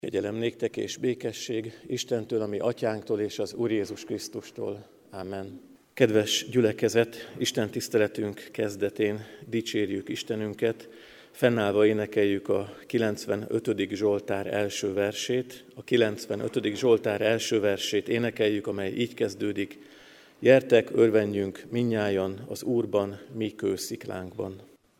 Kegyelem néktek és békesség Istentől, ami atyánktól és az Úr Jézus Krisztustól. Amen. Kedves gyülekezet, Isten tiszteletünk kezdetén dicsérjük Istenünket, fennállva énekeljük a 95. Zsoltár első versét. A 95. Zsoltár első versét énekeljük, amely így kezdődik: Gyertek, örvendjünk mindnyájan az Úrban, mi kősziklánkban.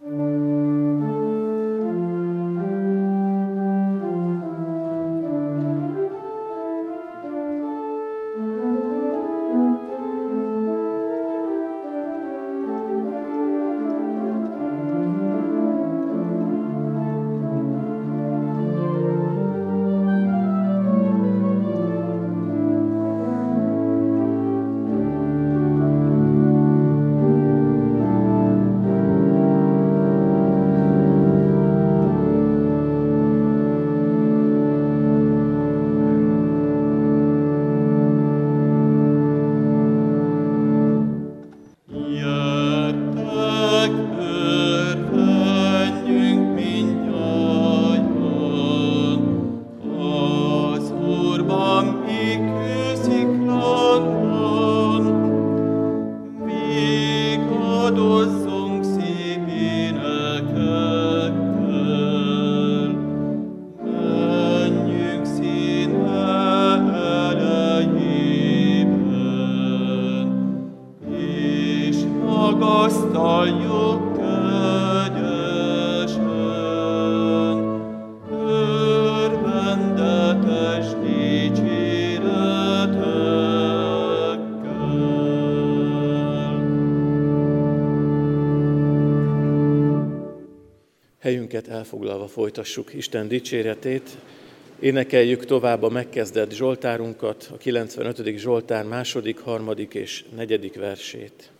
Helyünket elfoglalva folytassuk Isten dicséretét. Énekeljük tovább a megkezdett zsoltárunkat, a 95. Zsoltár második, harmadik és negyedik versét.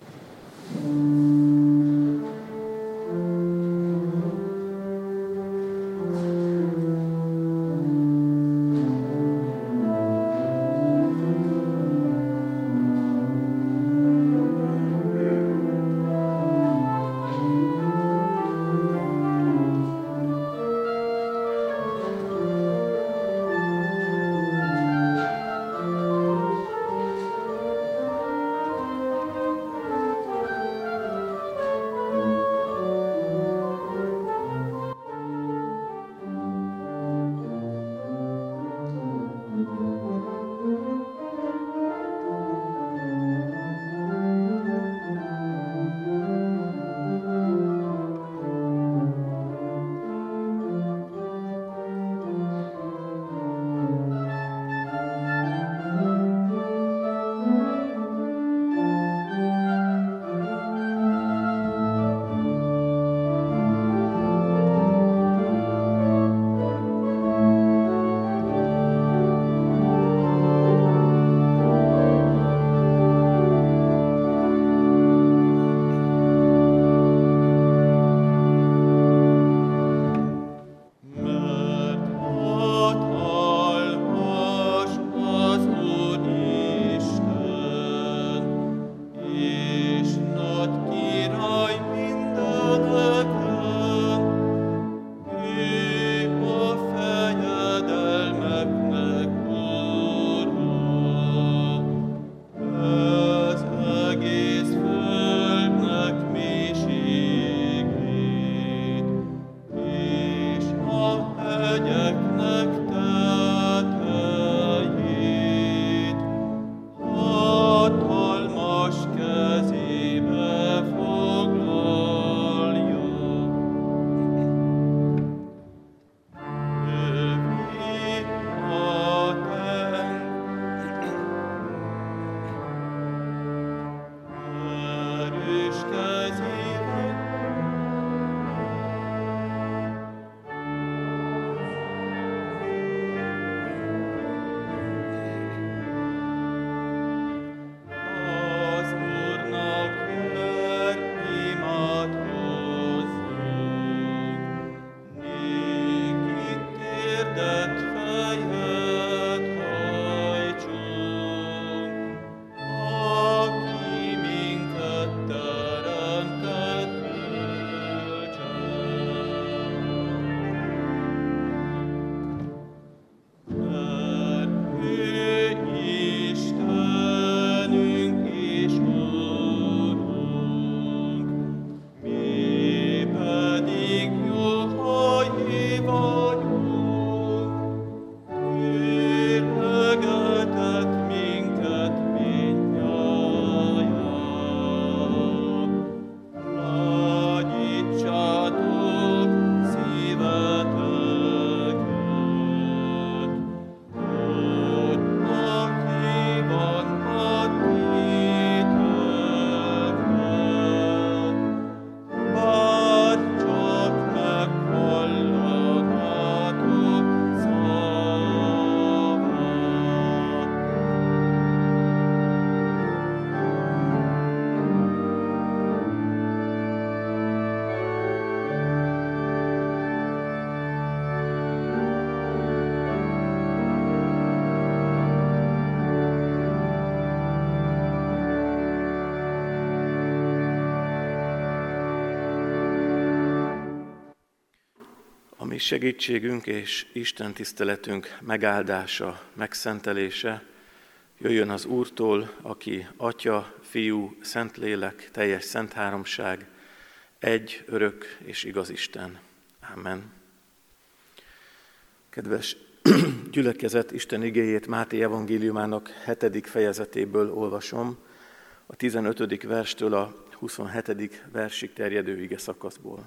segítségünk és Isten tiszteletünk megáldása, megszentelése jöjjön az Úrtól, aki Atya, Fiú, Szentlélek, teljes szent háromság, egy, örök és igaz Isten. Amen. Kedves gyülekezet, Isten igéjét Máté evangéliumának 7. fejezetéből olvasom, a 15. verstől a 27. versig terjedő ige szakaszból.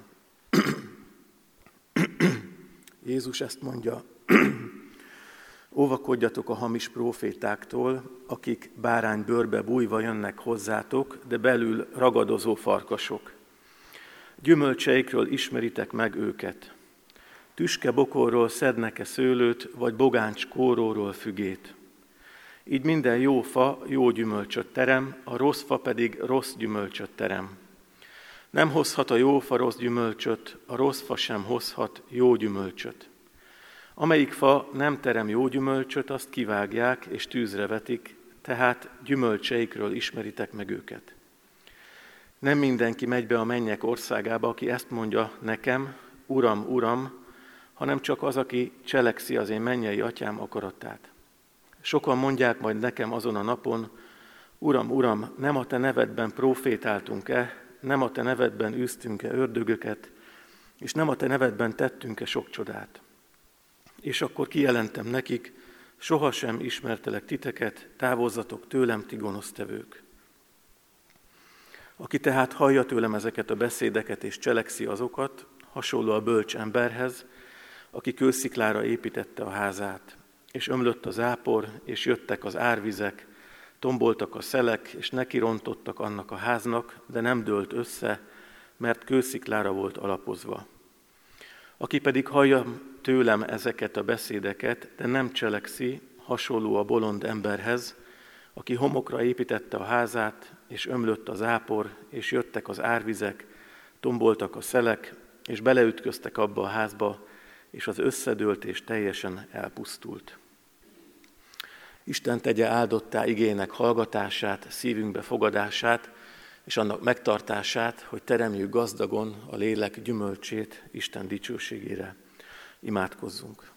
Jézus ezt mondja: óvakodjatok a hamis prófétáktól, akik báránybőrbe bújva jönnek hozzátok, de belül ragadozó farkasok. Gyümölcseikről ismeritek meg őket. Tüske-bokorról szednek-e szőlőt, vagy bogáncs kóróról fügét? Így minden jó fa jó gyümölcsöt terem, a rossz fa pedig rossz gyümölcsöt terem. Nem hozhat a jó fa rossz gyümölcsöt, a rossz fa sem hozhat jó gyümölcsöt. Amelyik fa nem terem jó gyümölcsöt, azt kivágják és tűzre vetik, tehát gyümölcseikről ismeritek meg őket. Nem mindenki megy be a mennyek országába, aki ezt mondja nekem, Uram, Uram, hanem csak az, aki cselekszi az én mennyei atyám akaratát. Sokan mondják majd nekem azon a napon: Uram, Uram, nem a te nevedben profétáltunk-e, nem a te nevedben űztünk-e ördögöket, és nem a te nevedben tettünk-e sok csodát? És akkor kijelentem nekik: sohasem ismertelek titeket, távozzatok tőlem, ti gonosztevők. Aki tehát hallja tőlem ezeket a beszédeket és cselekszi azokat, hasonló a bölcs emberhez, aki kősziklára építette a házát, és ömlött a zápor, és jöttek az árvizek, tomboltak a szelek, és nekirontottak annak a háznak, de nem dőlt össze, mert kősziklára volt alapozva. Aki pedig hallja tőlem ezeket a beszédeket, de nem cselekszi, hasonló a bolond emberhez, aki homokra építette a házát, és ömlött a zápor, és jöttek az árvizek, tomboltak a szelek, és beleütköztek abba a házba, és az összedőlt és teljesen elpusztult. Isten tegye áldottá igének hallgatását, szívünkbe fogadását, és annak megtartását, hogy teremjük gazdagon a lélek gyümölcsét Isten dicsőségére. Imádkozzunk!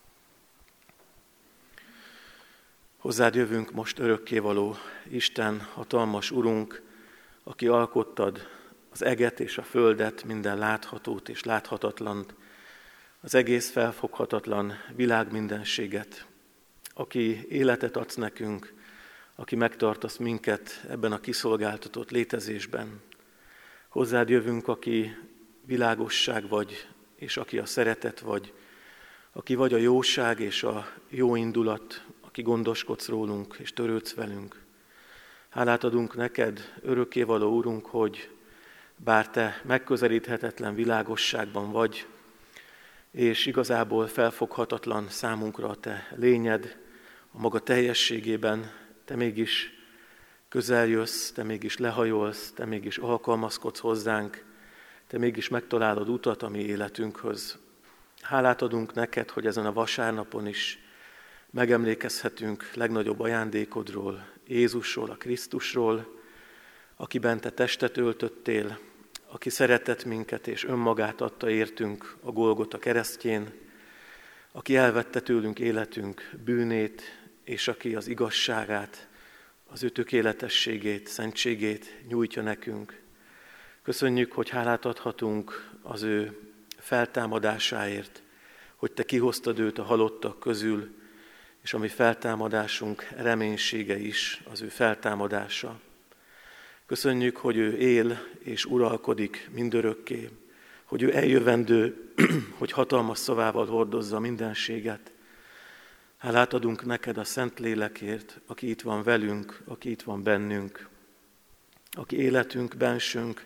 Hozzád jövünk most örökkévaló Isten, hatalmas Urunk, aki alkottad az eget és a földet, minden láthatót és láthatatlant, az egész felfoghatatlan világ mindenséget, aki életet adsz nekünk, aki megtartasz minket ebben a kiszolgáltatott létezésben. Hozzád jövünk, aki világosság vagy, és aki a szeretet vagy, aki vagy a jóság és a jó indulat, aki gondoskodsz rólunk és törődsz velünk. Hálát adunk neked, örökkévaló Urunk, hogy bár te megközelíthetetlen világosságban vagy, és igazából felfoghatatlan számunkra a te lényed, a maga teljességében, te mégis közel jössz, te mégis lehajolsz, te mégis alkalmazkodsz hozzánk, te mégis megtalálod utat a mi életünkhöz. Hálát adunk neked, hogy ezen a vasárnapon is megemlékezhetünk legnagyobb ajándékodról, Jézusról, a Krisztusról, akiben te testet öltöttél, aki szeretett minket és önmagát adta értünk a Golgota keresztjén, aki elvette tőlünk életünk bűnét, és aki az igazságát, az ő tökéletességét, szentségét nyújtja nekünk. Köszönjük, hogy hálát adhatunk az ő feltámadásáért, hogy te kihoztad őt a halottak közül, és a mi feltámadásunk reménysége is az ő feltámadása. Köszönjük, hogy ő él és uralkodik mindörökké, hogy ő eljövendő, hogy hatalmas szavával hordozza mindenséget. Hálát adunk neked a Szentlélekért, aki itt van velünk, aki itt van bennünk, aki életünk, bensünk,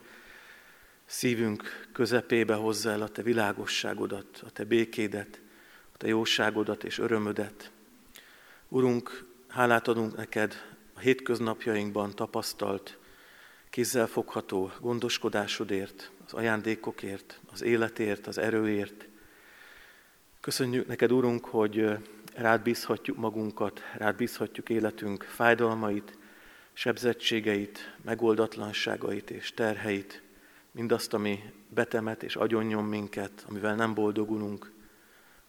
szívünk közepébe hozza el a te világosságodat, a te békédet, a te jóságodat és örömödet. Urunk, hálát adunk neked a hétköznapjainkban tapasztalt, kézzelfogható gondoskodásodért, az ajándékokért, az életért, az erőért. Köszönjük neked, Urunk, hogy rád bízhatjuk magunkat, rád bízhatjuk életünk fájdalmait, sebzettségeit, megoldatlanságait és terheit, mindazt, ami betemet és agyonnyom minket, amivel nem boldogulunk.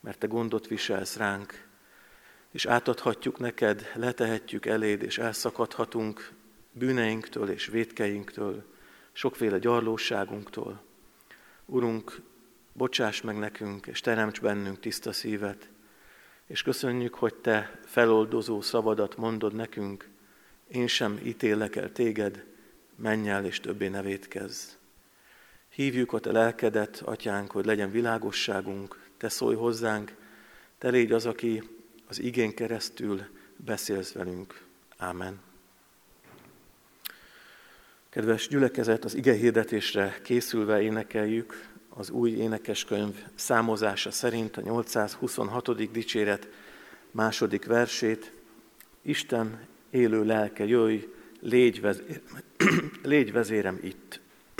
mert Te gondot viselsz ránk, és átadhatjuk neked, letehetjük eléd, és elszakadhatunk bűneinktől és vétkeinktől, sokféle gyarlóságunktól. Urunk, bocsáss meg nekünk, és teremts bennünk tiszta szívet, és köszönjük, hogy Te feloldozó szavadat mondod nekünk, én sem ítélek el téged, menj el, és többé ne vétkezz. Hívjuk a Te lelkedet, Atyánk, hogy legyen világosságunk, Te szólj hozzánk, Te légy az, aki az igén keresztül beszélsz velünk. Ámen. Kedves gyülekezet, az ige hirdetésre készülve énekeljük az új énekeskönyv számozása szerint a 826. dicséret 2. versét. Isten élő lelke, jöjj, légy vezérem itt.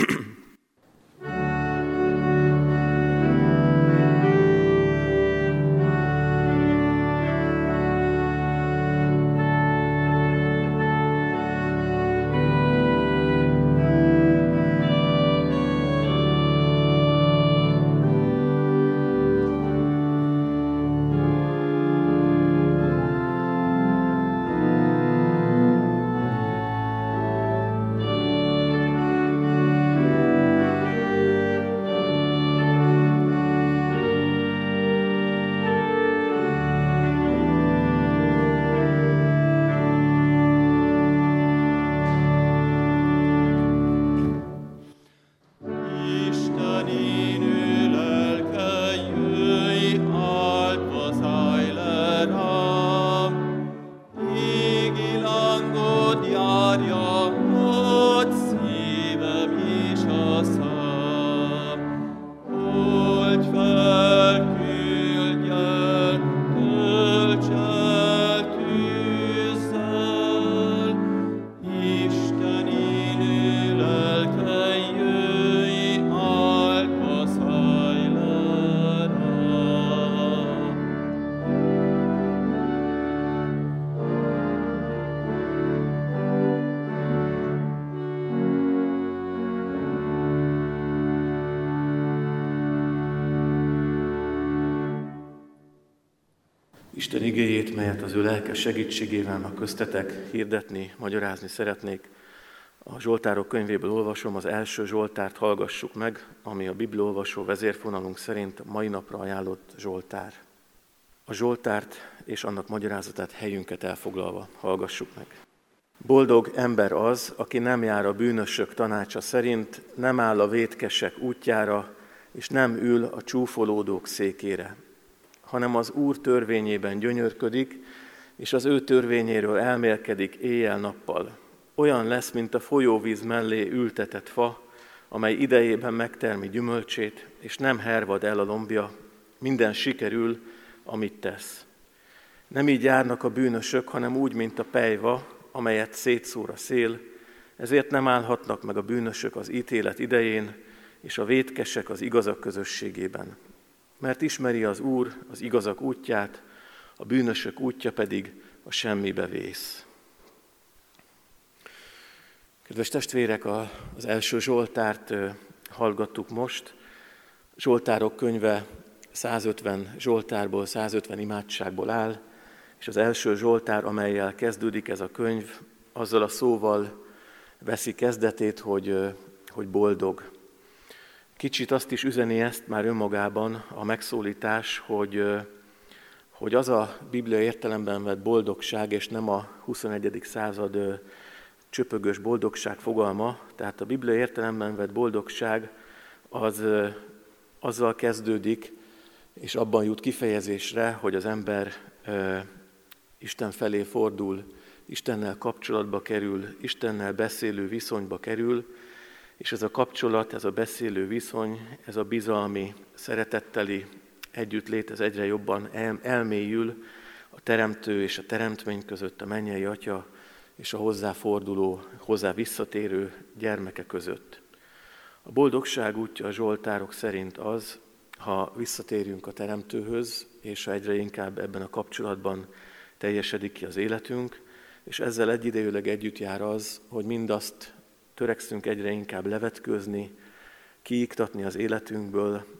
Isten igéjét, melyet az ő lelke segítségével ma köztetek hirdetni, magyarázni szeretnék. A Zsoltárok könyvéből olvasom, az első Zsoltárt hallgassuk meg, ami a bibliaolvasó vezérfonalunk szerint a mai napra ajánlott Zsoltár. A Zsoltárt és annak magyarázatát helyünket elfoglalva hallgassuk meg. Boldog ember az, aki nem jár a bűnösök tanácsa szerint, nem áll a vétkesek útjára, és nem ül a csúfolódók székére, hanem az Úr törvényében gyönyörködik, és az ő törvényéről elmélkedik éjjel-nappal. Olyan lesz, mint a folyóvíz mellé ültetett fa, amely idejében megtermi gyümölcsét, és nem hervad el a lombja, minden sikerül, amit tesz. Nem így járnak a bűnösök, hanem úgy, mint a pelyva, amelyet szétszór a szél, ezért nem állhatnak meg a bűnösök az ítélet idején, és a vétkesek az igazak közösségében. Mert ismeri az Úr az igazak útját, a bűnösök útja pedig a semmibe vész. Kedves testvérek, az első Zsoltárt hallgattuk most. Zsoltárok könyve 150 Zsoltárból, 150 imádságból áll, és az első Zsoltár, amellyel kezdődik ez a könyv, azzal a szóval veszi kezdetét, hogy boldog. Kicsit azt is üzeni ezt már önmagában a megszólítás, hogy az a Biblia értelemben vett boldogság, és nem a 21. század csöpögös boldogság fogalma, tehát a Biblia értelemben vett boldogság az azzal kezdődik, és abban jut kifejezésre, hogy az ember Isten felé fordul, Istennel kapcsolatba kerül, Istennel beszélő viszonyba kerül, és ez a kapcsolat, ez a beszélő viszony, ez a bizalmi, szeretetteli együttlét, ez egyre jobban elmélyül a teremtő és a teremtmény között, a mennyei Atya és a hozzáforduló, hozzá visszatérő gyermeke között. A boldogság útja a Zsoltárok szerint az, ha visszatérünk a teremtőhöz, és ha egyre inkább ebben a kapcsolatban teljesedik ki az életünk, és ezzel egyidejűleg együtt jár az, hogy mindazt törekszünk egyre inkább levetkőzni, kiiktatni az életünkből,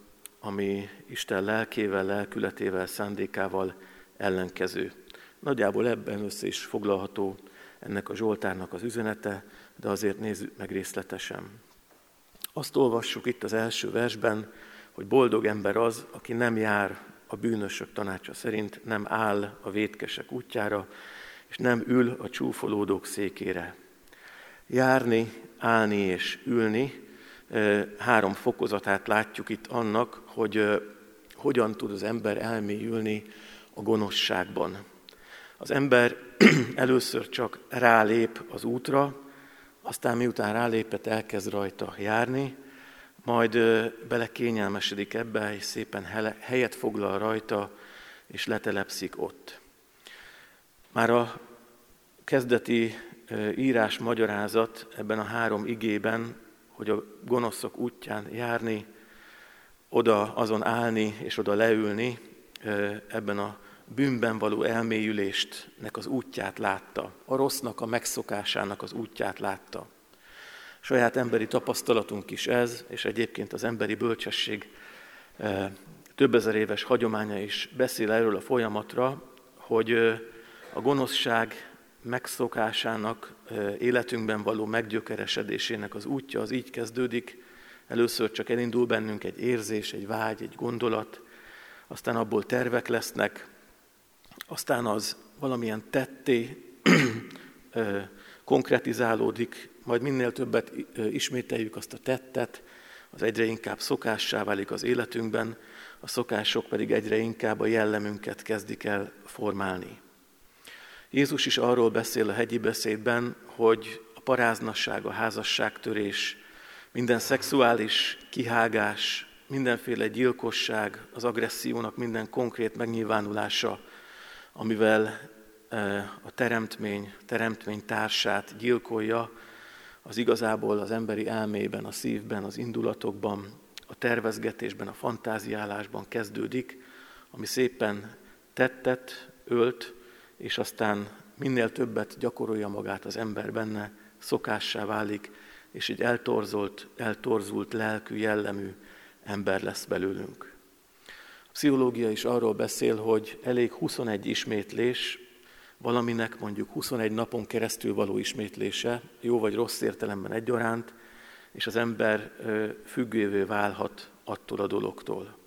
ami Isten lelkével, lelkületével, szándékával ellenkező. Nagyjából ebben össze is foglalható ennek a Zsoltárnak az üzenete, de azért nézzük meg részletesen. Azt olvassuk itt az első versben, hogy boldog ember az, aki nem jár a bűnösök tanácsa szerint, nem áll a vétkesek útjára, és nem ül a csúfolódók székére. Járni, állni és ülni, 3 fokozatát látjuk itt annak, hogy hogyan tud az ember elmélyülni a gonoszságban. Az ember először csak rálép az útra, aztán miután rálépett, elkezd rajta járni, majd belekényelmesedik ebbe, és szépen helyet foglal rajta, és letelepszik ott. Már a kezdeti írás magyarázat ebben a 3 igében, hogy a gonoszok útján járni, oda azon állni és oda leülni, ebben a bűnben való elmélyülésnek az útját látta. A rossznak, a megszokásának az útját látta. Saját emberi tapasztalatunk is ez, és egyébként az emberi bölcsesség több ezer éves hagyománya is beszél erről a folyamatra, hogy a gonoszság megszokásának, életünkben való meggyökeresedésének az útja az így kezdődik. Először csak elindul bennünk egy érzés, egy vágy, egy gondolat, aztán abból tervek lesznek, aztán az valamilyen tetté konkretizálódik, majd minél többet ismételjük azt a tettet, az egyre inkább szokássá válik az életünkben, a szokások pedig egyre inkább a jellemünket kezdik el formálni. Jézus is arról beszél a hegyi beszédben, hogy a paráznasság, a házasságtörés, minden szexuális kihágás, mindenféle gyilkosság, az agressziónak minden konkrét megnyilvánulása, amivel a teremtmény társát gyilkolja, az igazából az emberi elmében, a szívben, az indulatokban, a tervezgetésben, a fantáziálásban kezdődik, ami szépen tettet ölt, és aztán minél többet gyakorolja magát az ember benne, szokássá válik, és egy eltorzult lelkű, jellemű ember lesz belőlünk. A pszichológia is arról beszél, hogy elég 21 ismétlés, valaminek mondjuk 21 napon keresztül való ismétlése, jó vagy rossz értelemben egyaránt, és az ember függővé válhat attól a dologtól.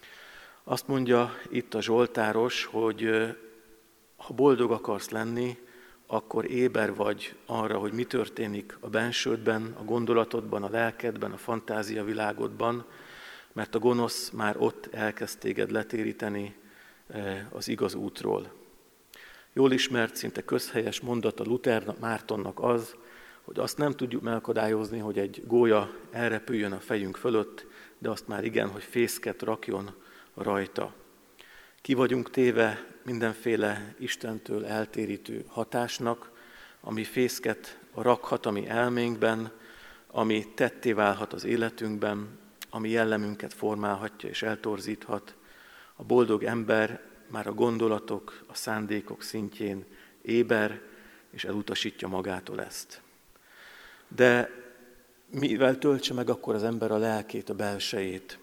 Azt mondja itt a zsoltáros, hogy ha boldog akarsz lenni, akkor éber vagy arra, hogy mi történik a bensődben, a gondolatodban, a lelkedben, a fantáziavilágodban, mert a gonosz már ott elkezd téged letéríteni az igaz útról. Jól ismert, szinte közhelyes mondata Luther Mártonnak az, hogy azt nem tudjuk megakadályozni, hogy egy gólya elrepüljön a fejünk fölött, de azt már igen, hogy fészket rakjon rajta. Ki vagyunk téve mindenféle Istentől eltérítő hatásnak, ami fészket rakhat a mi elménkben, ami tetté válhat az életünkben, ami jellemünket formálhatja és eltorzíthat. A boldog ember már a gondolatok, a szándékok szintjén éber, és elutasítja magától ezt. De mivel töltse meg akkor az ember a lelkét, a belsejét?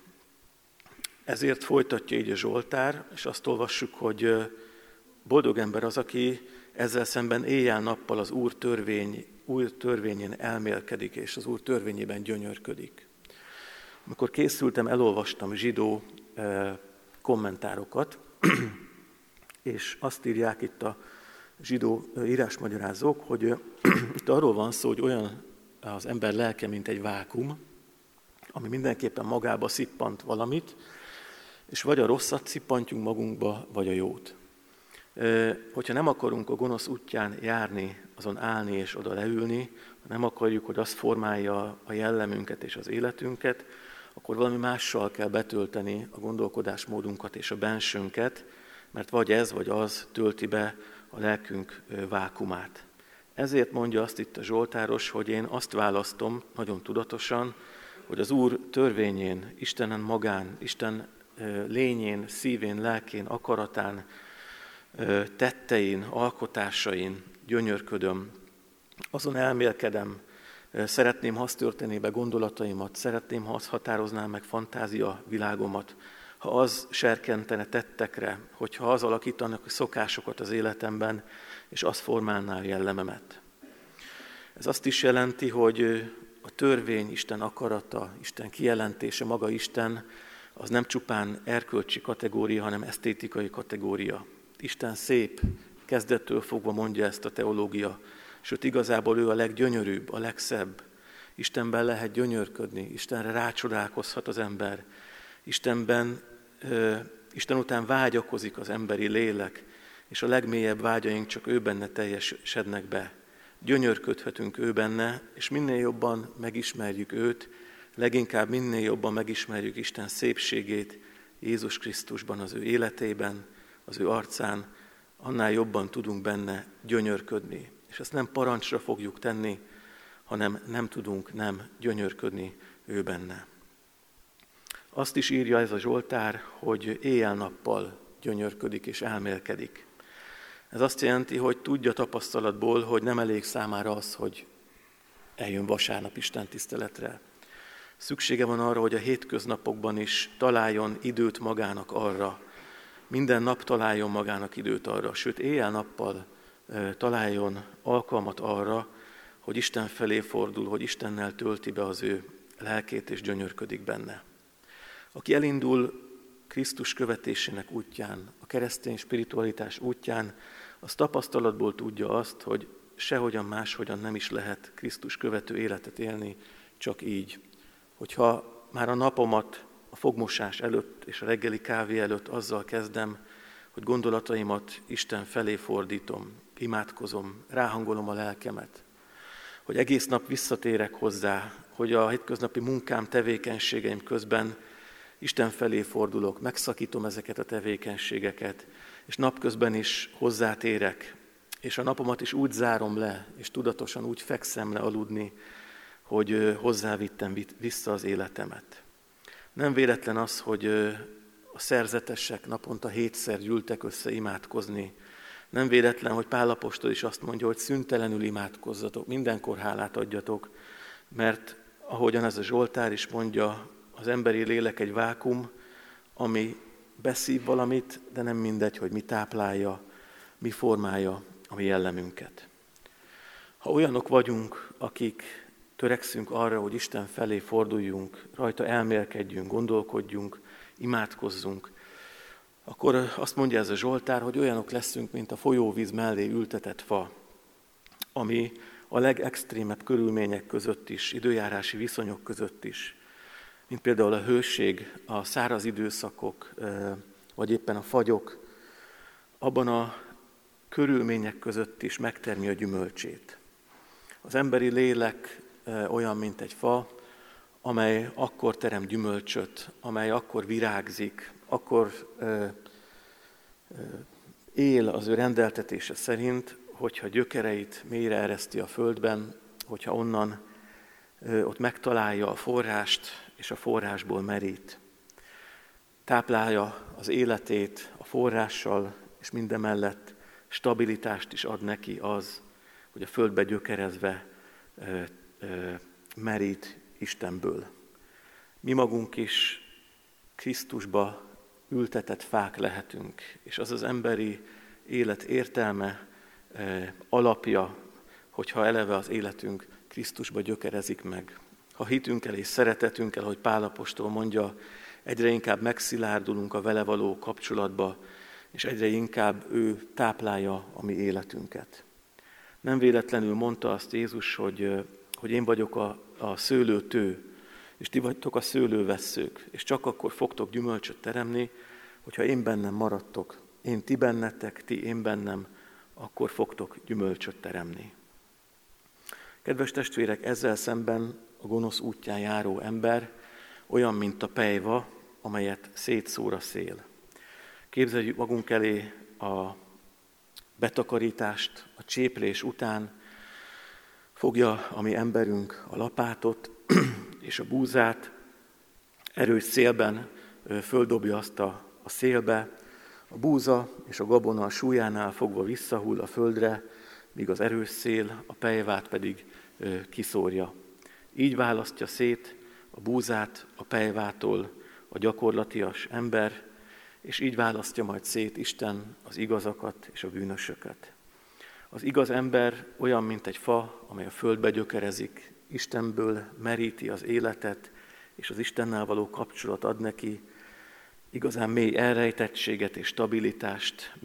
Ezért folytatja így a Zsoltár, és azt olvassuk, hogy boldog ember az, aki ezzel szemben éjjel-nappal az Úr törvényén elmélkedik, és az Úr törvényében gyönyörködik. Amikor készültem, elolvastam zsidó kommentárokat, és azt írják itt a zsidó írásmagyarázók, hogy itt arról van szó, hogy olyan az ember lelke, mint egy vákum, ami mindenképpen magába szippant valamit, és vagy a rosszat szippantjunk magunkba, vagy a jót. Hogyha nem akarunk a gonosz útján járni, azon állni és oda leülni, ha nem akarjuk, hogy az formálja a jellemünket és az életünket, akkor valami mással kell betölteni a gondolkodásmódunkat és a bensőnket, mert vagy ez, vagy az tölti be a lelkünk vákumát. Ezért mondja azt itt a zsoltáros, hogy én azt választom nagyon tudatosan, hogy az Úr törvényén, Istenen magán, Isten lényén, szívén, lelkén, akaratán, tettein, alkotásain gyönyörködöm, azon elmélkedem, Szeretném, ha az történné be gondolataimat, szeretném, ha az határozná meg fantázia világomat, ha az serkentene tettekre, hogyha az alakítanak szokásokat az életemben, és az formálná a jellememet. Ez azt is jelenti, hogy a törvény, Isten akarata, Isten kijelentése, maga Isten, az nem csupán erkölcsi kategória, hanem esztétikai kategória. Isten szép, kezdettől fogva mondja ezt a teológia, sőt igazából ő a leggyönyörűbb, a legszebb. Istenben lehet gyönyörködni, Istenre rácsodálkozhat az ember. Isten után vágyakozik az emberi lélek, és a legmélyebb vágyaink csak ő benne teljesednek be. Gyönyörködhetünk ő benne, és minél jobban megismerjük őt, leginkább minél jobban megismerjük Isten szépségét Jézus Krisztusban, az ő életében, az ő arcán, annál jobban tudunk benne gyönyörködni. És ezt nem parancsra fogjuk tenni, hanem nem tudunk nem gyönyörködni ő benne. Azt is írja ez a Zsoltár, hogy éjjel-nappal gyönyörködik és elmélkedik. Ez azt jelenti, hogy tudja tapasztalatból, hogy nem elég számára az, hogy eljön vasárnap Isten tiszteletre. Szüksége van arra, hogy a hétköznapokban is találjon időt magának arra, minden nap találjon magának időt arra, sőt éjjel-nappal találjon alkalmat arra, hogy Isten felé fordul, hogy Istennel tölti be az ő lelkét és gyönyörködik benne. Aki elindul Krisztus követésének útján, a keresztény spiritualitás útján, az tapasztalatból tudja azt, hogy sehogyan máshogyan nem is lehet Krisztus követő életet élni, csak így. Hogyha már a napomat a fogmosás előtt és a reggeli kávé előtt azzal kezdem, hogy gondolataimat Isten felé fordítom, imádkozom, ráhangolom a lelkemet, hogy egész nap visszatérek hozzá, hogy a hétköznapi munkám, tevékenységeim közben Isten felé fordulok, megszakítom ezeket a tevékenységeket, és napközben is hozzátérek, és a napomat is úgy zárom le, és tudatosan úgy fekszem le aludni, hogy hozzávittem vissza az életemet. Nem véletlen az, hogy a szerzetesek naponta 7-szer gyűltek össze imádkozni. Nem véletlen, hogy Pál apostol is azt mondja, hogy szüntelenül imádkozzatok, mindenkor hálát adjatok, mert ahogyan ez a Zsoltár is mondja, az emberi lélek egy vákum, ami beszív valamit, de nem mindegy, hogy mi táplálja, mi formálja a mi jellemünket. Ha olyanok vagyunk, akik törekszünk arra, hogy Isten felé forduljunk, rajta elmélkedjünk, gondolkodjunk, imádkozzunk, akkor azt mondja ez a Zsoltár, hogy olyanok leszünk, mint a folyóvíz mellé ültetett fa, ami a legextrémebb körülmények között is, időjárási viszonyok között is, mint például a hőség, a száraz időszakok, vagy éppen a fagyok, abban a körülmények között is megtermi a gyümölcsét. Az emberi lélek olyan, mint egy fa, amely akkor terem gyümölcsöt, amely akkor virágzik, akkor él az ő rendeltetése szerint, hogyha gyökereit mélyre ereszti a földben, hogyha onnan ott megtalálja a forrást, és a forrásból merít. Táplálja az életét a forrással, és mindemellett stabilitást is ad neki az, hogy a földbe gyökerezve merít Istenből. Mi magunk is Krisztusba ültetett fák lehetünk, és az az emberi élet értelme, alapja, hogyha eleve az életünk Krisztusba gyökerezik meg. Ha hitünkkel és szeretetünkkel, ahogy Pál apostol mondja, egyre inkább megszilárdulunk a vele való kapcsolatba, és egyre inkább ő táplálja a mi életünket. Nem véletlenül mondta azt Jézus, hogy én vagyok a szőlőtő, és ti vagytok a szőlővesszők, és csak akkor fogtok gyümölcsöt teremni, hogyha én bennem maradtok, én ti bennetek, ti én bennem, akkor fogtok gyümölcsöt teremni. Kedves testvérek, ezzel szemben a gonosz útján járó ember olyan, mint a pelyva, amelyet szétszór a szél. Képzeljük magunk elé a betakarítást, a cséplés után, fogja a mi emberünk a lapátot és a búzát, erős szélben földobja azt a szélbe, a búza és a gabona a súlyánál fogva visszahull a földre, míg az erős szél a pelyvát pedig kiszórja. Így választja szét a búzát a pejvától a gyakorlatias ember, és így választja majd szét Isten az igazakat és a bűnösöket. Az igaz ember olyan, mint egy fa, amely a földbe gyökerezik, Istenből meríti az életet, és az Istennel való kapcsolat ad neki igazán mély elrejtettséget és stabilitást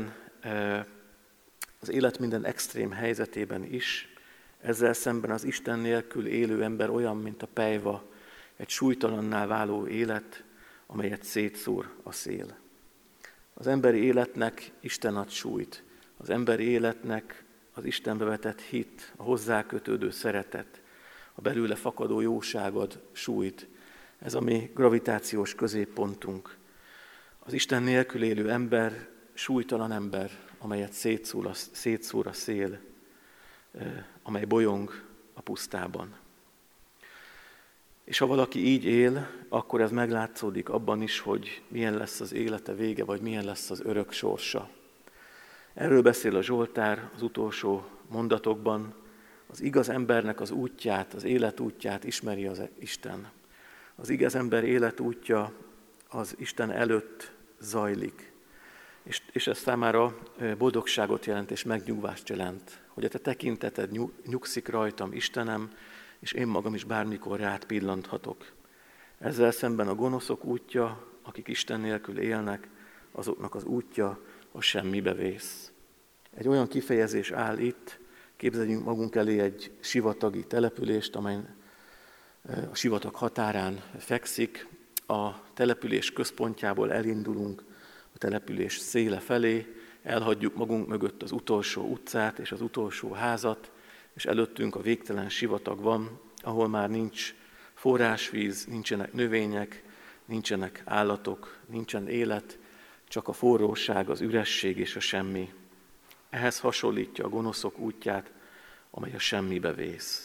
az élet minden extrém helyzetében is. Ezzel szemben az Isten nélkül élő ember olyan, mint a pelyva, egy súlytalanná váló élet, amelyet szétszór a szél. Az emberi életnek Isten ad súlyt, az emberi életnek az Istenbe vetett hit, a hozzákötődő szeretet, a belőle fakadó jóság ad súlyt. Ez a mi gravitációs középpontunk. Az Isten nélkül élő ember súlytalan ember, amelyet szétszór a szél, amely bolyong a pusztában. És ha valaki így él, akkor ez meglátszódik abban is, hogy milyen lesz az élete vége, vagy milyen lesz az örök sorsa. Erről beszél a Zsoltár az utolsó mondatokban. Az igaz embernek az útját, az életútját ismeri az Isten. Az igaz ember életútja az Isten előtt zajlik. És ez számára boldogságot jelent és megnyugvást jelent, hogy a te tekinteted nyugszik rajtam, Istenem, és én magam is bármikor rád pillanthatok. Ezzel szemben a gonoszok útja, akik Isten nélkül élnek, azoknak az útja a semmibe vész. Egy olyan kifejezés áll itt, képzeljünk magunk elé egy sivatagi települést, amely a sivatag határán fekszik. A település központjából elindulunk a település széle felé, elhagyjuk magunk mögött az utolsó utcát és az utolsó házat, és előttünk a végtelen sivatag van, ahol már nincs forrásvíz, nincsenek növények, nincsenek állatok, nincsen élet, csak a forróság, az üresség és a semmi. Ehhez hasonlítja a gonoszok útját, amely a semmibe vész.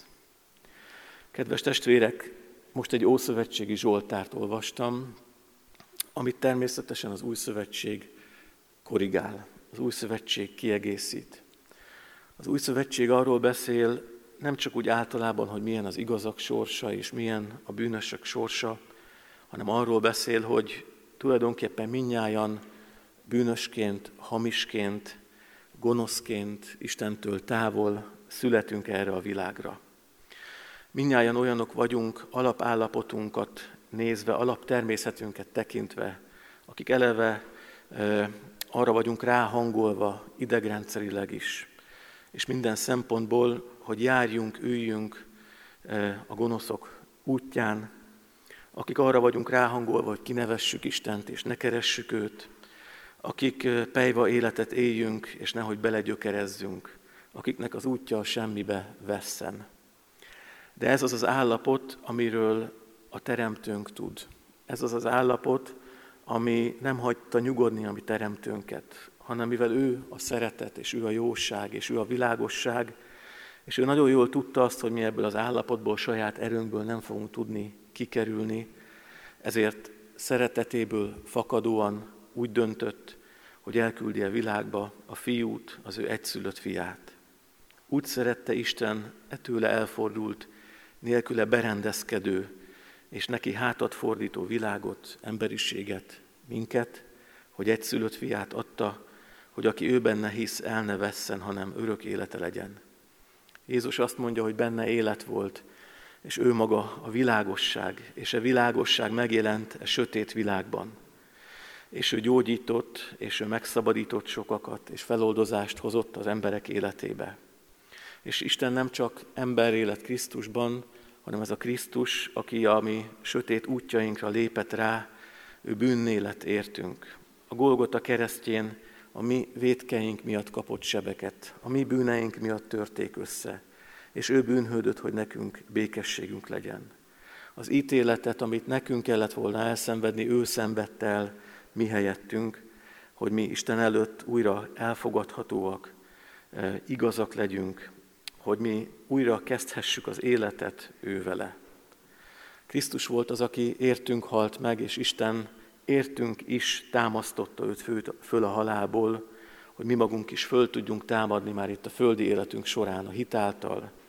Kedves testvérek, most egy ószövetségi Zsoltárt olvastam, amit természetesen az Új Szövetség korrigál, az Új Szövetség kiegészít. Az Új Szövetség arról beszél, nem csak úgy általában, hogy milyen az igazak sorsa és milyen a bűnösök sorsa, hanem arról beszél, hogy tulajdonképpen mindnyájan bűnösként, hamisként, gonoszként, Istentől távol születünk erre a világra. Mindnyájan olyanok vagyunk, alapállapotunkat nézve, alaptermészetünket tekintve, akik eleve arra vagyunk ráhangolva idegrendszerileg is, és minden szempontból, hogy járjunk, üljünk a gonoszok útján, akik arra vagyunk ráhangolva, hogy kinevessük Istent, és ne keressük őt, akik pejva életet éljünk, és nehogy belegyökerezzünk, akiknek az útja a semmibe vesszen. De ez az az állapot, amiről a Teremtőnk tud. Ez az az állapot, ami nem hagyta nyugodni a mi Teremtőnket, hanem mivel ő a szeretet, és ő a jóság, és ő a világosság, és ő nagyon jól tudta azt, hogy mi ebből az állapotból, saját erőnkből nem fogunk tudni kikerülni, ezért szeretetéből fakadóan úgy döntött, hogy elküldi a világba a fiút, az ő egyszülött fiát. Úgy szerette Isten tőle elfordult, nélküle berendezkedő, és neki hátat fordító világot, emberiséget, minket, hogy egyszülött fiát adta, hogy aki ő benne hisz, el ne vesszen, hanem örök élete legyen. Jézus azt mondja, hogy benne élet volt, és ő maga a világosság, és a világosság megjelent a sötét világban. És ő gyógyított, és ő megszabadított sokakat, és feloldozást hozott az emberek életébe. És Isten nem csak emberélet Krisztusban, hanem ez a Krisztus, aki a mi sötét útjainkra lépett rá, ő bűnné lett értünk. A Golgota keresztjén a mi vétkeink miatt kapott sebeket, a mi bűneink miatt törték össze, és ő bűnhődött, hogy nekünk békességünk legyen. Az ítéletet, amit nekünk kellett volna elszenvedni, ő szenvedte el mi helyettünk, hogy mi Isten előtt újra elfogadhatóak, igazak legyünk, hogy mi újra kezdhessük az életet ő vele. Krisztus volt az, aki értünk halt meg, és Isten értünk is támasztotta őt föl a halálból, hogy mi magunk is föl tudjunk támadni már itt a földi életünk során a hit által.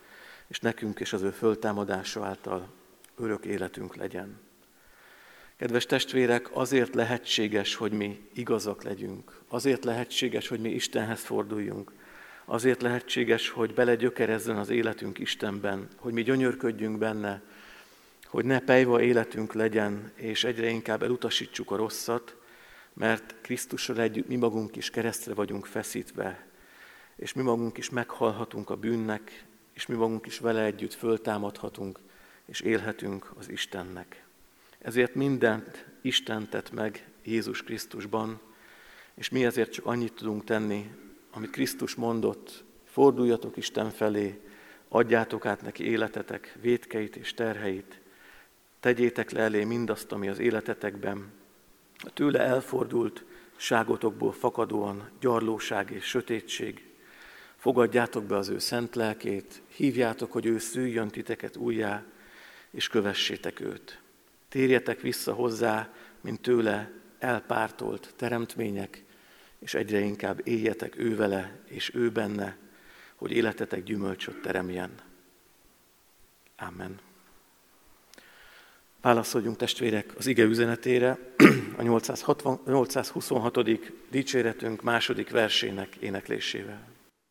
és nekünk és az ő föltámadása által örök életünk legyen. Kedves testvérek, azért lehetséges, hogy mi igazak legyünk, azért lehetséges, hogy mi Istenhez forduljunk, azért lehetséges, hogy belegyökerezzen az életünk Istenben, hogy mi gyönyörködjünk benne, hogy ne pejva életünk legyen, és egyre inkább elutasítsuk a rosszat, mert Krisztussal együtt mi magunk is keresztre vagyunk feszítve, és mi magunk is meghalhatunk a bűnnek, és mi magunk is vele együtt föltámadhatunk, és élhetünk az Istennek. Ezért mindent Isten tett meg Jézus Krisztusban, és mi ezért csak annyit tudunk tenni, amit Krisztus mondott: forduljatok Isten felé, adjátok át neki életetek vétkeit és terheit, tegyétek le elé mindazt, ami az életetekben a tőle elfordult ságotokból fakadóan gyarlóság és sötétség. Fogadjátok be az ő szent lelkét, hívjátok, hogy ő szüljön titeket újjá, és kövessétek őt. Térjetek vissza hozzá, mint tőle elpártolt teremtmények, és egyre inkább éljetek ő vele és ő benne, hogy életetek gyümölcsöt teremjen. Amen. Válaszoljunk, testvérek, az ige üzenetére, a 826. dicséretünk második versének éneklésével.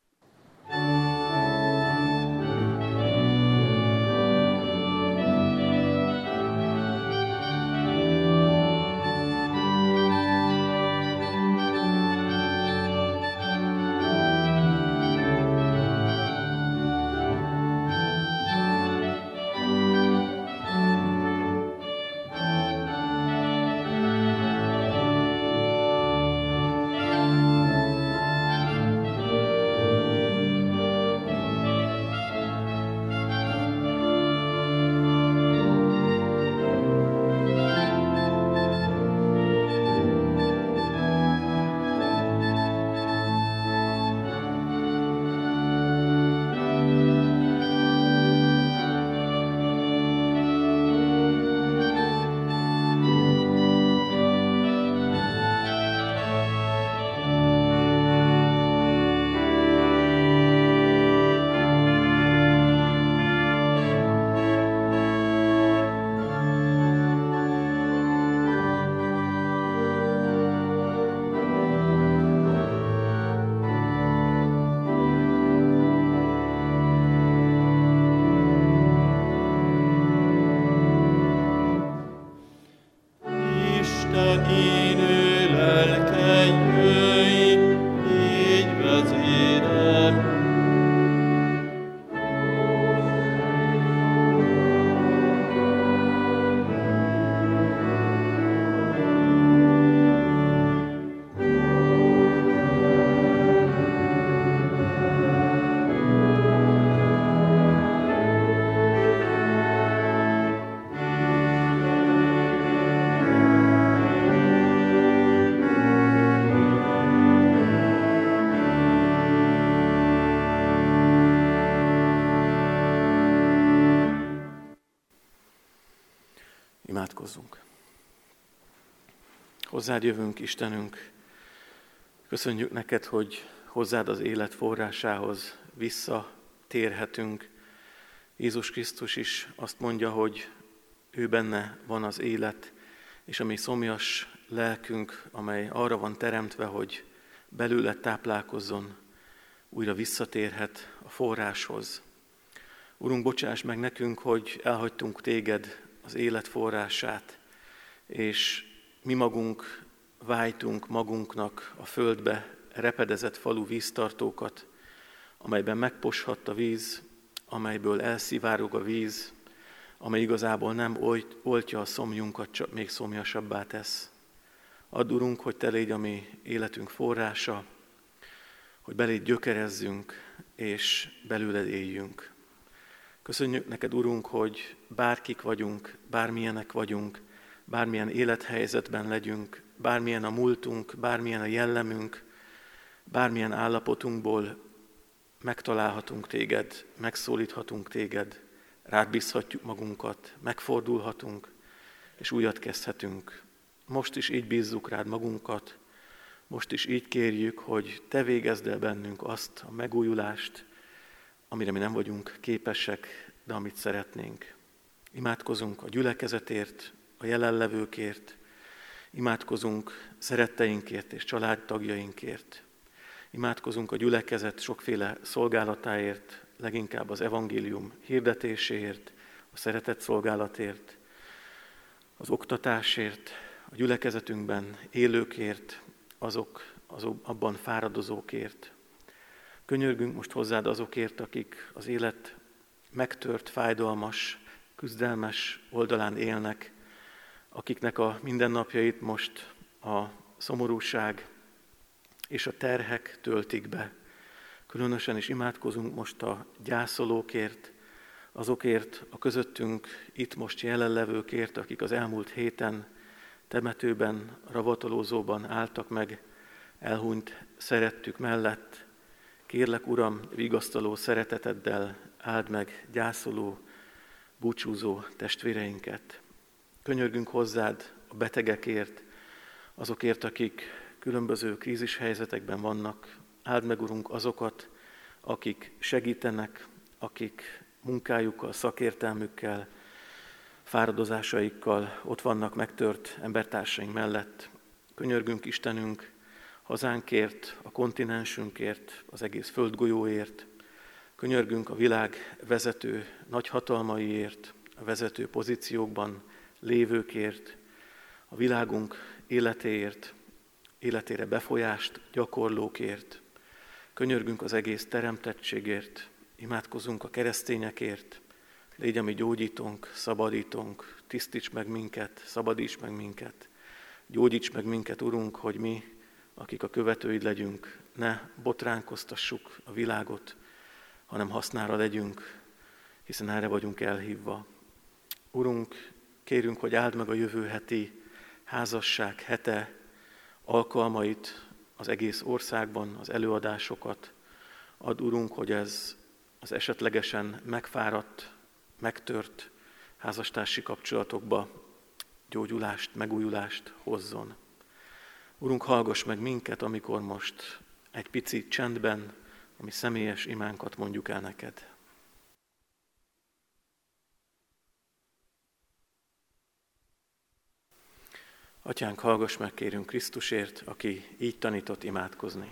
Imádkozzunk. Hozzád jövünk, Istenünk, köszönjük neked, hogy hozzád az élet forrásához visszatérhetünk. Jézus Krisztus is azt mondja, hogy ő benne van az élet, és a mi szomjas lelkünk, amely arra van teremtve, hogy belőle táplálkozzon, újra visszatérhet a forráshoz. Urunk, bocsáss meg nekünk, hogy elhagytunk téged, az élet forrását, és mi magunk vájtunk magunknak a földbe repedezett falu víztartókat, amelyben megposhatt a víz, amelyből elszivárog a víz, amely igazából nem oltja a szomjunkat, csak még szomjasabbá tesz. Add, Urunk, hogy Te légy a mi életünk forrása, hogy beléd gyökerezzünk, és belőled éljünk. Köszönjük neked, Urunk, hogy bárkik vagyunk, bármilyenek vagyunk, bármilyen élethelyzetben legyünk, bármilyen a múltunk, bármilyen a jellemünk, bármilyen állapotunkból megtalálhatunk téged, megszólíthatunk téged, rád bízhatjuk magunkat, megfordulhatunk, és újat kezdhetünk. Most is így bízzuk rád magunkat, most is így kérjük, hogy te végezd el bennünk azt a megújulást, amire mi nem vagyunk képesek, de amit szeretnénk. Imádkozunk a gyülekezetért, a jelenlevőkért, imádkozunk szeretteinkért és családtagjainkért. Imádkozunk a gyülekezet sokféle szolgálatáért, leginkább az evangélium hirdetéséért, a szeretet szolgálatért, az oktatásért, a gyülekezetünkben élőkért, azok abban fáradozókért. Könyörgünk most hozzád azokért, akik az élet megtört, fájdalmas, küzdelmes oldalán élnek, akiknek a mindennapjait most a szomorúság és a terhek töltik be. Különösen is imádkozunk most a gyászolókért, azokért a közöttünk itt most jelenlevőkért, akik az elmúlt héten temetőben, ravatolózóban álltak meg elhunyt szerettük mellett. Kérlek, Uram, vigasztaló szereteteddel áld meg gyászoló, búcsúzó testvéreinket. Könyörgünk hozzád a betegekért, azokért, akik különböző krízishelyzetekben vannak. Áld meg, Urunk, azokat, akik segítenek, akik munkájukkal, szakértelmükkel, fáradozásaikkal ott vannak megtört embertársaink mellett. Könyörgünk, Istenünk, hazánkért, a kontinensünkért, az egész földgolyóért. Könyörgünk a világ vezető nagyhatalmaiért, a vezető pozíciókban lévőkért, a világunk életéért, életére befolyást gyakorlókért. Könyörgünk az egész teremtettségért, imádkozunk a keresztényekért, légy a mi gyógyítónk, szabadítónk, tisztíts meg minket, szabadíts meg minket, gyógyíts meg minket, Urunk, hogy mi, akik a követőid legyünk, ne botránkoztassuk a világot, hanem hasznára legyünk, hiszen erre vagyunk elhívva. Urunk, kérünk, hogy áld meg a jövő heti házasság hete alkalmait az egész országban, az előadásokat. Add, Urunk, hogy ez az esetlegesen megfáradt, megtört házastársi kapcsolatokba gyógyulást, megújulást hozzon. Urunk, hallgass meg minket, amikor most egy pici csendben a mi személyes imánkat mondjuk el neked. Atyánk, hallgass meg, kérünk Krisztusért, aki így tanított imádkozni.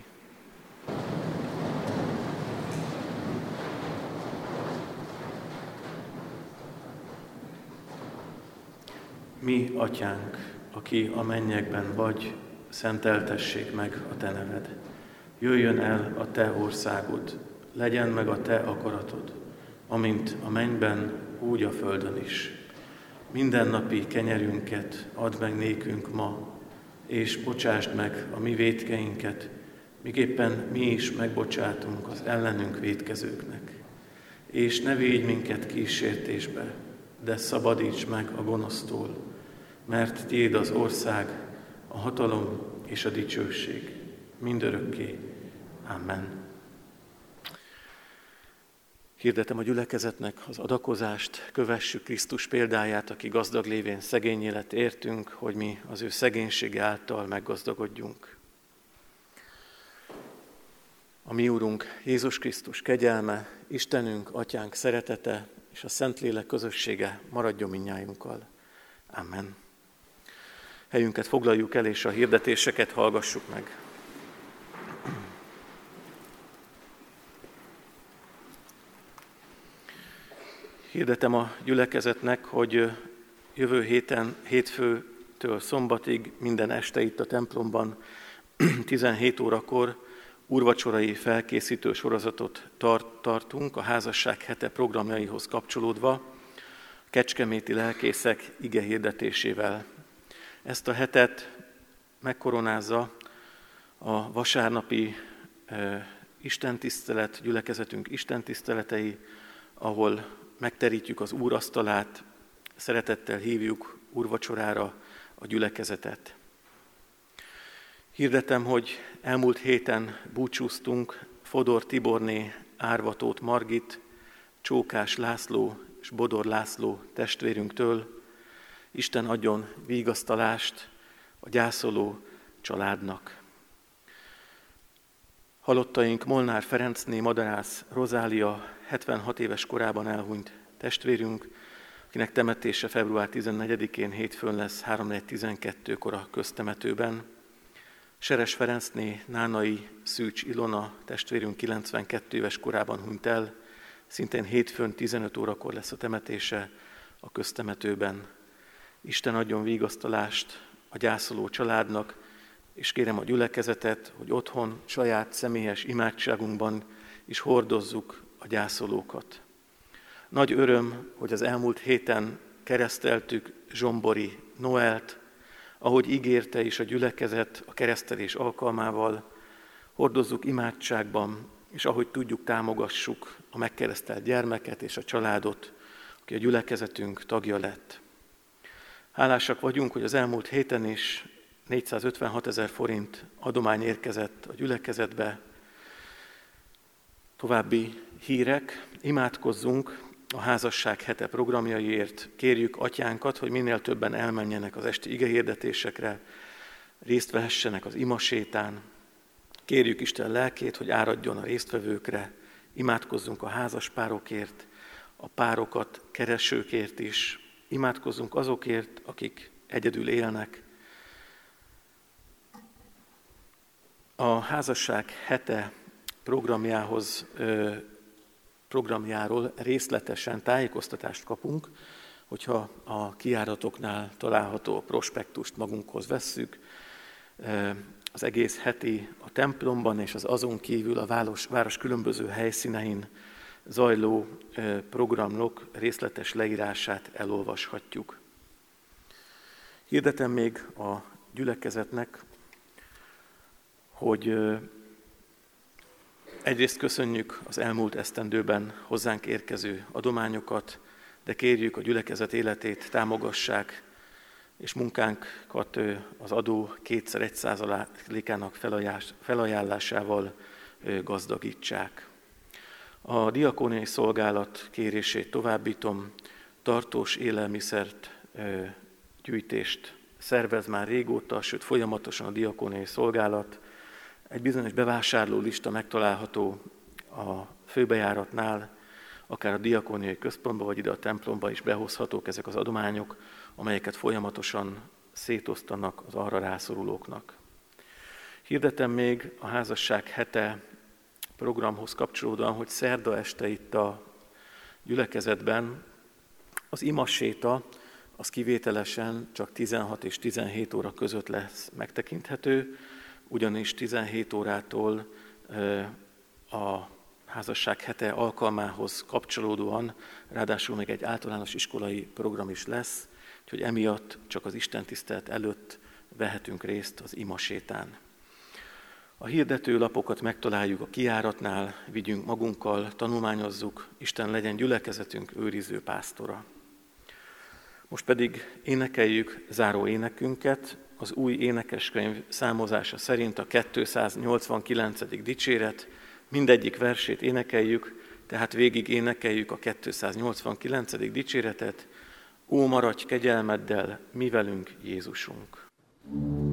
Mi, Atyánk, aki a mennyekben vagy, szenteltessék meg a te neved. Jöjjön el a te országod, legyen meg a te akaratod, amint a mennyben, úgy a földön is. Mindennapi kenyerünket add meg nékünk ma, és bocsásd meg a mi vétkeinket, miképpen mi is megbocsátunk az ellenünk vétkezőknek. És ne védj minket kísértésbe, de szabadíts meg a gonosztól, mert tiéd az ország, a hatalom és a dicsőség mindörökké. Amen. Hirdetem a gyülekezetnek az adakozást, kövessük Krisztus példáját, aki gazdag lévén szegényé lett értünk, hogy mi az ő szegénysége által meggazdagodjunk. A mi Úrunk Jézus Krisztus kegyelme, Istenünk, Atyánk szeretete és a Szentlélek közössége maradjon mindnyájunkkal. Amen. Helyünket foglaljuk el, és a hirdetéseket hallgassuk meg. Hirdetem a gyülekezetnek, hogy jövő héten, hétfőtől szombatig minden este itt a templomban 17 órakor úrvacsorai felkészítő sorozatot tartunk a házasság hete programjaihoz kapcsolódva, kecskeméti lelkészek ige hirdetésével. Ezt a hetet megkoronázza a vasárnapi istentisztelet, gyülekezetünk istentiszteletei, ahol megterítjük az úrasztalát, szeretettel hívjuk úrvacsorára a gyülekezetet. Hirdetem, hogy elmúlt héten búcsúztunk Fodor Tiborné, Árvatóth Margit, Csókás László és Bodor László testvérünktől. Isten adjon vigasztalást a gyászoló családnak. Halottaink Molnár Ferencné Madarász Rozália 76 éves korában elhunyt testvérünk, akinek temetése február 14-én hétfőn lesz 3:12-kor a köztemetőben. Seres Ferencné Nánai Szűcs Ilona testvérünk 92 éves korában hunyt el, szintén hétfőn 15 órakor lesz a temetése a köztemetőben. Isten adjon vigasztalást a gyászoló családnak, és kérem a gyülekezetet, hogy otthon, saját személyes imádságunkban is hordozzuk a gyászolókat. Nagy öröm, hogy az elmúlt héten kereszteltük Zsombori Noelt, ahogy ígérte is a gyülekezet a keresztelés alkalmával, hordozzuk imádságban, és ahogy tudjuk, támogassuk a megkeresztelt gyermeket és a családot, aki a gyülekezetünk tagja lett. Hálásak vagyunk, hogy az elmúlt héten is 456 000 forint adomány érkezett a gyülekezetbe. További hírek, imádkozzunk a házasság hete programjaiért, kérjük Atyánkat, hogy minél többen elmenjenek az esti igehirdetésekre, részt vehessenek az imasétán, kérjük Isten lelkét, hogy áradjon a résztvevőkre, imádkozzunk a házaspárokért, a párokat keresőkért is, imádkozzunk azokért, akik egyedül élnek. A házasság hete programjáról részletesen tájékoztatást kapunk, hogyha a kijáratoknál található prospektust magunkhoz vesszük. Az egész heti a templomban és az azon kívül a város különböző helyszínein zajló programok részletes leírását elolvashatjuk. Hirdetem még a gyülekezetnek, hogy egyrészt köszönjük az elmúlt esztendőben hozzánk érkező adományokat, de kérjük a gyülekezet életét támogassák, és munkánkat az adó 2x1%-ának felajánlásával gazdagítsák. A diakóniai szolgálat kérését továbbítom, tartós élelmiszert, gyűjtést szervez már régóta, sőt folyamatosan a diakóniai szolgálat. Egy bizonyos bevásárló lista megtalálható a főbejáratnál, akár a diakóniai központba, vagy ide a templomba is behozhatók ezek az adományok, amelyeket folyamatosan szétosztanak az arra rászorulóknak. Hirdetem még a házasság hete programhoz kapcsolódóan, hogy szerda este itt a gyülekezetben az imaséta, az kivételesen csak 16 és 17 óra között lesz megtekinthető, ugyanis 17 órától a házasság hete alkalmához kapcsolódóan, ráadásul még egy általános iskolai program is lesz, úgyhogy emiatt csak az istentisztelet előtt vehetünk részt az imasétán. A hirdetőlapokat megtaláljuk a kijáratnál, vigyünk magunkkal, tanulmányozzuk, Isten legyen gyülekezetünk őriző pásztora. Most pedig énekeljük záró énekünket, az új énekeskönyv számozása szerint a 289. dicséret, mindegyik versét énekeljük, tehát végig énekeljük a 289. dicséretet. Ó, maradj kegyelmeddel, mi velünk, Jézusunk!